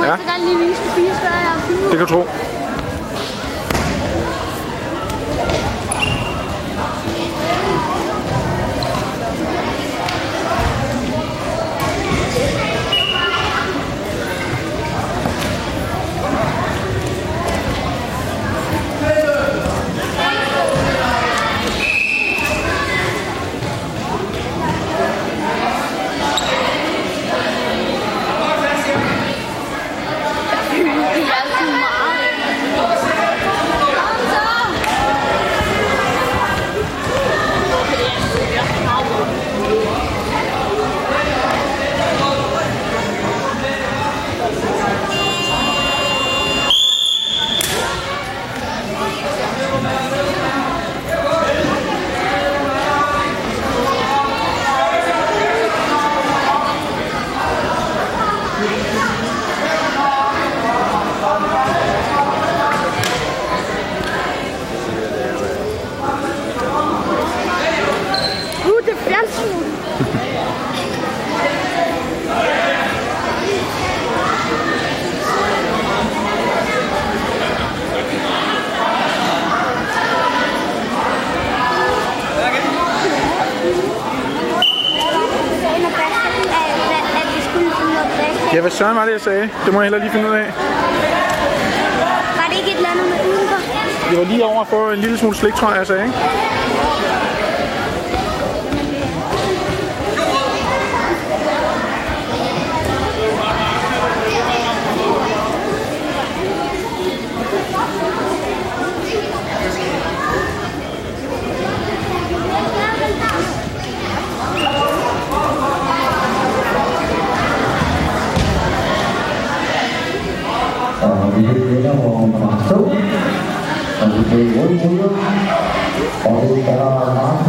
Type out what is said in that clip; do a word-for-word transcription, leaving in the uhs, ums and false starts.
Jeg vil gerne lige vise det fire steder, jeg har fundet. Det kan du tro. Ja, hvad søren var det, jeg sagde? Det må jeg heller lige finde ud af. Var det ikke et eller andet med udenfor? Det var lige over at få en lille smule slik, tror jeg, jeg sagde, ikke? Di sini mau masuk, nanti boleh boleh, kalau kita